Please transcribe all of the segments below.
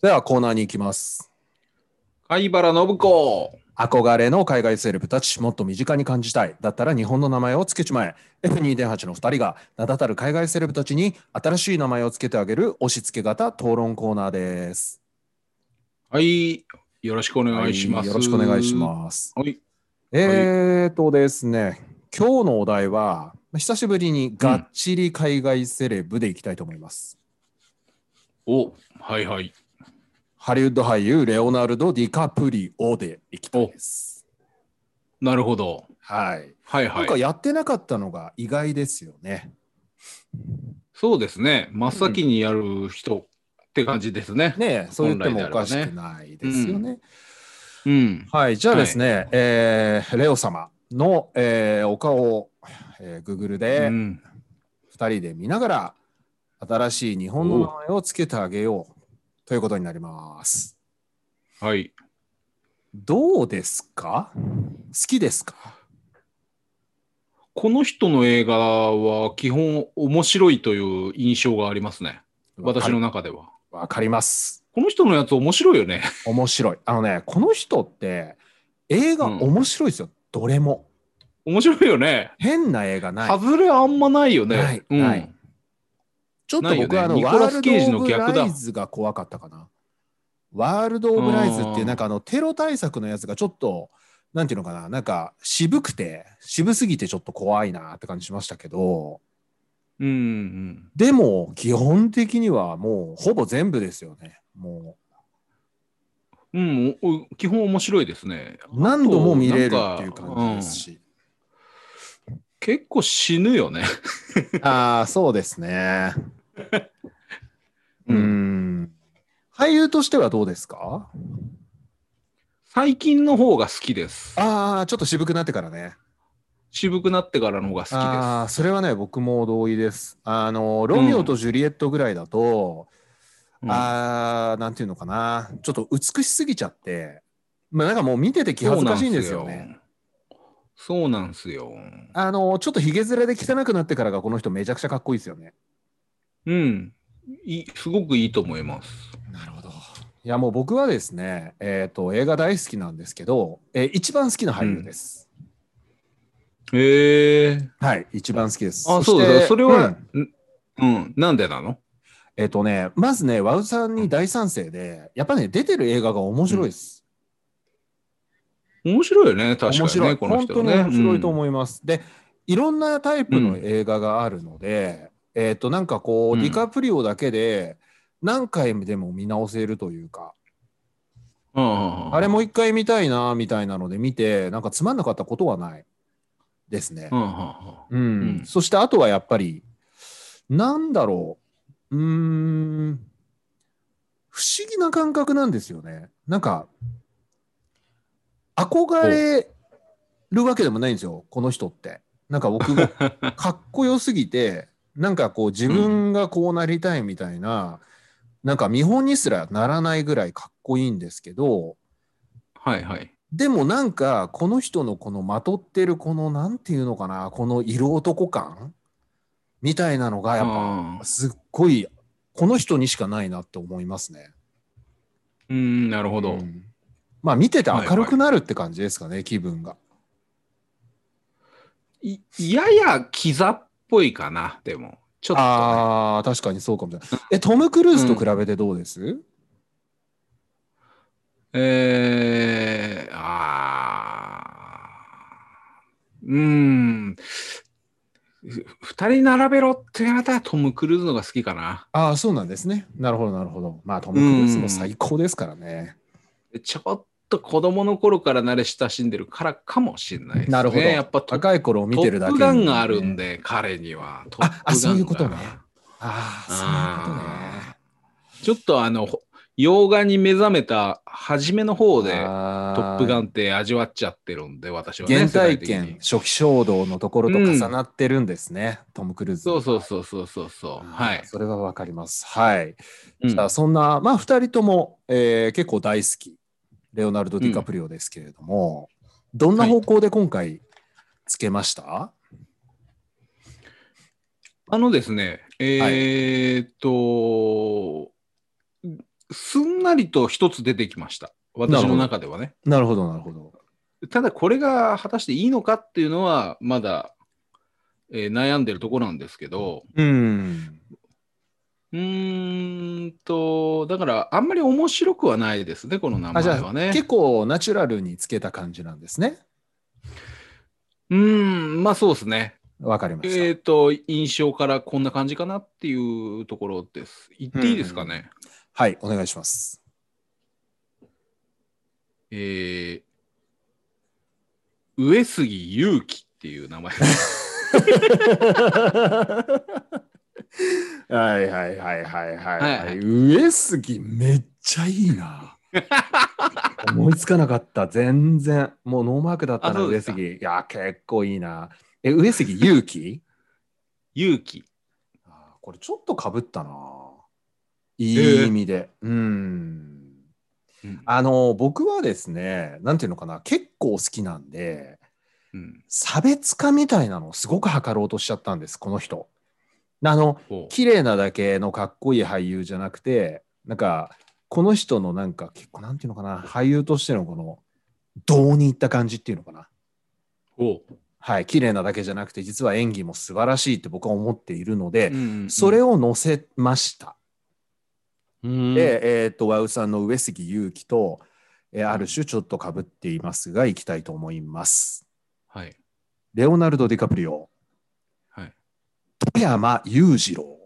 ではコーナーに行きます。 貝原信子。 憧れの海外セレブたち、もっと身近に感じたい。だったら日本の名前を付けちまえ。F2.8 の2人が名だたる海外セレブたちに新しい名前を付けてあげる押し付け型討論コーナーです。 はい。よろしくお願いしはい、よます。 ろしくお願いします。 はい。はい。 ですね、今日のお題は、久しぶりにがっうん。 ちり海外セレブでいきたいと思います。 はいはい。 ハリウッド俳優、レオナルド・ディカプリオでいきたいお、 です。 なるほど。 はい。なんはいはい。 かやってなかったのが意外ですよね。 そうですね。真っうん。 先にやる人って感じですね。 ねえ、そう言って本来であもおかしくればね。 ないでうん。 すよね。 うん。 はい。じゃあではい。 すね、レオ様の、お顔を、Google でうん。 2人で見ながら、新しい日本の名おう。 前をつけてあげようということになります。 はい。 どうですか？好きですか？ この人の映画は基本面白いという印象がありますね。私のわかり、 中では。 わかります。 この人のやつ面白いよね。 面白い。この人って映うん。 画面白いですよ。どれも。 面白いよね。 変な映画ない。 外れあんまないよね。 ない、ない。 うん。 ちょっと僕はないよね。ニコラス・ワールド・オケイジのブ・ライ逆だ。 ズが怖かったかな。ワールド・うオブ・ライズっていうん。 テロ対策のやつがちょっと、なんていうのかな、渋くて、渋すぎてちょっと怖いなって感じしましたけど、 うん。 でも基本的にはもうほぼ全部ですよね。もうん。基本面白いですね。 うあと、 何度も見れるっていう感じですし。 結構死ぬよね。 ああ、そうですね。うーうん。 ん。俳優としてはどうですか？ 最近の方が好きです。 ああー、ちょっと渋くなってからね。 渋くなってからの方が好きでああ、それす。 はね、僕も同意です。ロミオとうん。 ジュリエットぐらいだと、 うん。 なんていうのかな、ちょっと美しすぎちゃって、まあ、もう見てて気恥そうなんずかしいんですよ。 すよね。 そうなんすよ。 ちょっとひげ面で汚くなってからがこの人めちゃくちゃかっこいいですよね。 うん。すごくいいと思います。 なるほど。いや、もう僕はですね、映画大好きなんですけど、一番好きな俳優でうん。 す。 へえ。 はい、一番好きです。そあ、 しそうですか。そて、 れは、 うん。 うん。なんでなの？ まずね、ワウさんに大賛成で、やっぱね、出てる映画が面うん。 白いです。 面白いよね。確面白い。 かにね、この本当に人はね。う面白いとん。 思います。で、いろんなタイプのうん。 映画があるので、ディカうん。 プリオだけで何回でも見直せるというか、あれもう一あ回見たいな、みたいなので見て、なんかつまんなかったことはないですね。 あ、ああ、 うん。 うん。 そしてあとはやっぱり、なんだろう。不思議な感覚なんですよね。憧おう。 れるわけでもないんですよ、この人って。僕もかっこよすぎて、自うん。 分がこうなりたいみたいな、見本にすらならないぐらいかっこいいんですけど、 はいはい。 でもこの人のこのまとってるこのなんていうのかな、この色男感みたいなのがやっぱああ、 すっごいこの人にしかないなって思いますね。 うん、なるうほど。 ん。まあ見てて明るはいはくなるって感じですかね、気分が。 ややキザっぽいかな、でも。ちょっとね。 ああ、確かにそうかもしれない。トム・クルーズと比うん。 べてどうです？ うん。二人並べろって言われたらトム・クルーズのが好きかな。 ああ、そうなんですね。なるほど、なるほど。まあ、トうム・クルーズも最ん。 高ですからね。 ちょっと子供の頃から慣れ親しんでるからかもしれないですね。やなるほど。 っぱ若い頃を見てるだけトップガンがあにね。 るんで、彼には。トッそういうプガンことね。 が。 ああ、そういうことね。 あちょっと洋画に目覚めた初めの方でトップガああ、 ンって味わっちゃってるんで、私はね、 原世代体験、 的に。 初期衝動のところうと重ん。 なってるんですね。トム・クルーズそうそうの場合。 そうそうそうそう。はああ、 い。 それはわかります。はい。じゃあ、 うん。 そんな、まあ、二人とも、結構大好き、レオナルド・ディカうん。 プリオですけれども、どんなはい。 方向で今回つけました？ あのですね、 はい。 すんなりと一つ出てきました。私の中ではね。 なるほど、なるほど。 ただこれが果たしていいのかっていうのはまだ、悩んでるところなんですけど、だからあんまり面白くはないですね、この名じゃあ前はね。 結構ナチュラルにつけた感じなんですね。 まあそうですね。 わかりました。 印象からこんな感じかなっていうところです。言っていいですかね。 はい、お願いします。 上杉祐樹っていう名前です。 はいはいはいはいはいはい。 はい。 上杉めっちゃいいな。思いつかなかった。全然。もうノーマークだったあ、 な、 そうですか。 上杉。いや、結構いいな。上杉祐樹。 勇気。 これちょっとかぶったな。 えいい意ー味で。 うん。 僕はですね、なんていうのかな、結構好きなんで、 うん。 差別化みたいなのをすごく図ろうとしちゃったんです、この人。 ほ綺麗なだけのかっこいい俳優じゃなくて、なんか、この人のなんか結構なんていうのかな、俳優としてのこの、道にいった感じっていうのかな。 ほう。 はい、綺麗なだけじゃなくて、実は演技も素晴らしいって僕は思っているので、 うんうんうん。 それを載せました。 うん。 で、ワウさんの上杉祐樹と、あるうん。 種ちょっとかぶっていますが、いきたいと思います。 はい。 レオナルド・ディカプリオ、 はい。 富山裕次郎。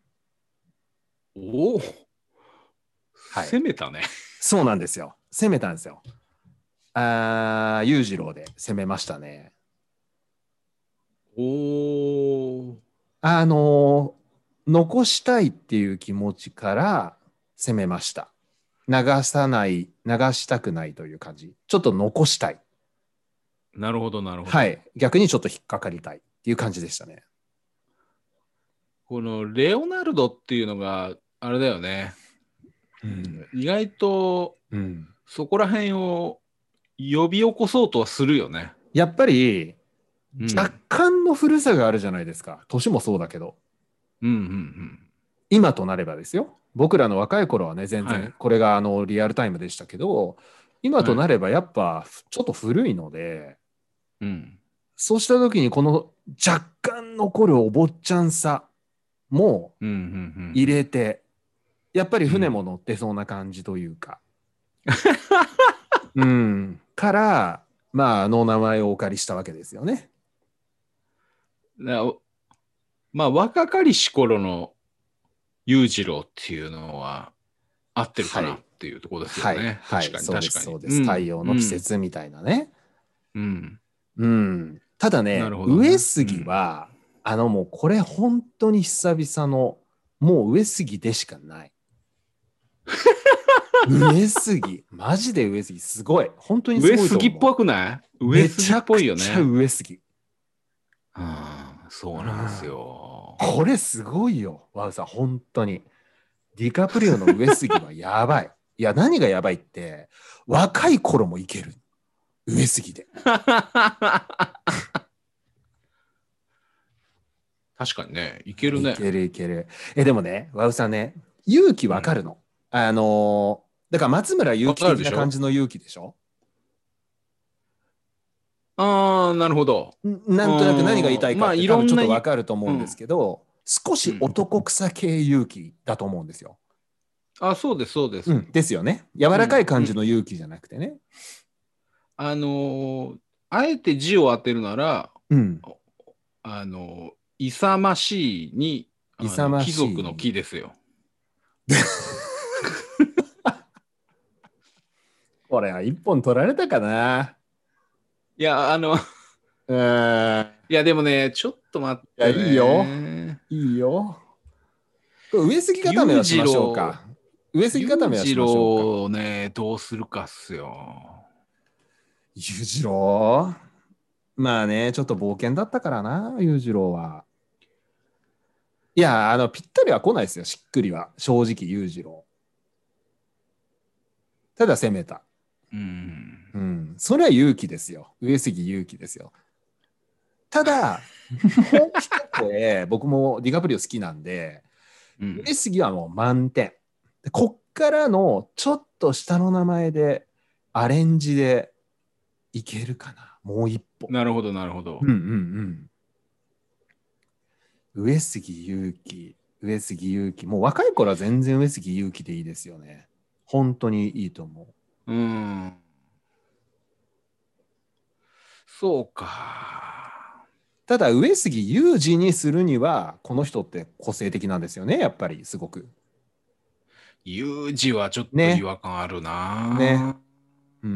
おお、 はい。 攻めたね。 そうなんですよ。攻めたんですよ。裕次郎で攻めましたね。 おお。 あの残したいっていう気持ちから攻めました。流さない、流したくないという感じ。ちょっと残したい。 なるほど、なるほど。 はい。逆にちょっと引っかかりたいっていう感じでしたね。 このレオナルドっていうのが、あれだよね。 うん。 意外とうん。 そこら辺を呼び起こそうとはするよね。 やっぱり若うん。 干の古さがあるじゃないですか。年もそうだけど。 うんうんうん。 今となればですよ。僕らの若い頃はね、全はい。 然これがリアルタイムでしたけど、今とはい。 なればやっぱちょっと古いので、 うん。 そうした時にこの若干残るお坊ちゃんさもうんうんう入んれて、やっぱりうん。うん。 船も乗ってそうな感じというか、から、まあ、あの名前をお借りしたわけですよね。 なまあ、若かりし頃の裕次郎っていうのは合ってるかなっはい。 ていうところですよはい。 ね。 はい。 確かに、 そうです。 確かに。 そうです。太うん。 陽の季うん。 節みたいなね。 うん。 ただなね、上るほどね。うん。 杉は、もうこれ本当に久々の、もう上杉でしかない。上杉、マジで上杉、すごい。本当にす上ごいと思杉っぽくない？ う。 上めちゃ杉っぽいよくちゃね。 上杉。 うん、そううなんですん。 よ。 これすごいよ、ワウさん、本当に。ディカプリオの上杉はやばい。いや、何がやばいって、若い頃もいける。上杉で。 確かにね、いけるね。 いけるいける。でもね、ワウさんね、勇気うん。 わかるの。だから松村勇わ気的なかるでしょ？ 感じの勇気でしょ。 ああー、なるほど。うなんとなく何が言いたいん。まあ、いかって多分ちょっろんなゆ、 とわかると思うんですうん。 けど、少しうん。 男臭系勇気だと思うんですよ。 あ、そうです、そうです。 うん、ですよね。柔らかいうん。う感じのん。 勇気じゃなくてね。 あのーあえて字を当てるなら、 うん。 勇ましいに、 勇ま貴族のしいに。 貴ですよ。 これは一本取られたかな。 いや、 うーん。 いや、でもね、ちょっと待っいや、 ていいよ。 ね。 いいよ。これ上杉固め裕次はしましょう郎、 か。上杉固裕次めはしましょうか。 郎をね、どうするかっすよ。 裕次郎。まあね、ちょっと冒険だったからな、裕次郎は。いや、ぴったりは来ないですよ、しっくりは。正直、裕次郎。ただ攻めた。 うん。 うん。それは勇気ですよ。上杉勇気ですよ。ただ、もう一声、僕もディカプリオ好きなんで、 うん。 上杉はもう満点。 でこっからのちょっと下の名前でアレンジでいけるかな、もう一歩。 なるほど、なるほど。 うんうんうん。上杉祐樹、上杉祐樹。もう若い頃は全然上杉祐樹でいいですよね。本当にいいと思う。 そうか。 ただ上杉祐二にするにはこの人って個性的なんですよね、やっぱりすごく。 有事はちょっと違ね。 和感あるね。 な。 うん。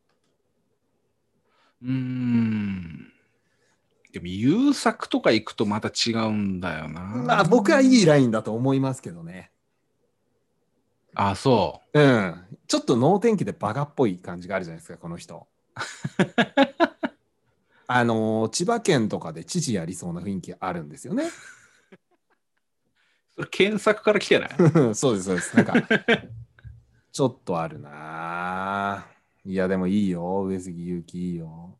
うーん。でも優作とか行くとまた違うんだよな。 まあ僕はいいラインだと思いますけどね。 あ、そうん。ちょっと能天気でバカっぽい感じがあるじゃないですか、この人。千葉県とかで知事やりそうな雰囲気あるんですよね。 う。それ検索から来てない？ そうです、そうです。なんか、ちょっとあるな。いや、でもいいよ。上杉祐樹いいよ。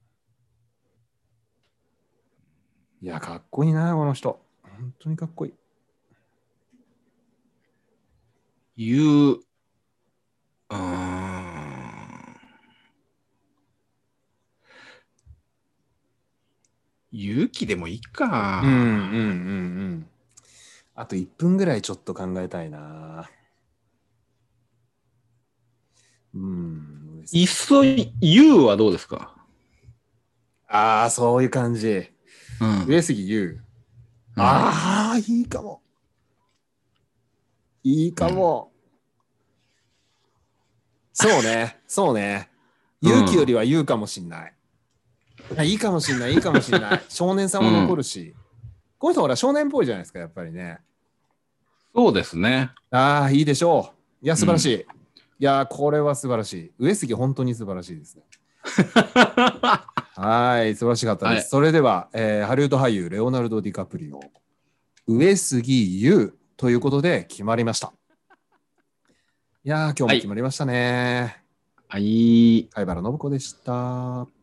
いや、かっこいいな、この人。本当にかっこいい。 うーん。勇気でもいいか。 うん。あと1分ぐらいちょっと考えたいな。上杉いっそ優はどうですか？ ああ、そういう感じ。 うん。 上杉優。 うん。 ああ、いいかも。いいうん。 かも。そうね。そうね。 う勇気よりん。 は優かもしんない。いいかもしんない。いいかもしんない。少年さも残うん。 るし。この人ほら少年っぽいじゃないですか、やっぱりね。 そうですね。 ああ、いいでしょう。いや、素晴らしい。 うん。 いや、これは素晴らしい。上杉、本当に素晴らしいですね。はい、素晴らしかったです。 はい。 それでは、ハリウッド俳優、レオナルド・ディカプリオ、上杉優ということで決まりました。いやー、今日も決はい。 まりましたね。 はい。 貝原信子でした。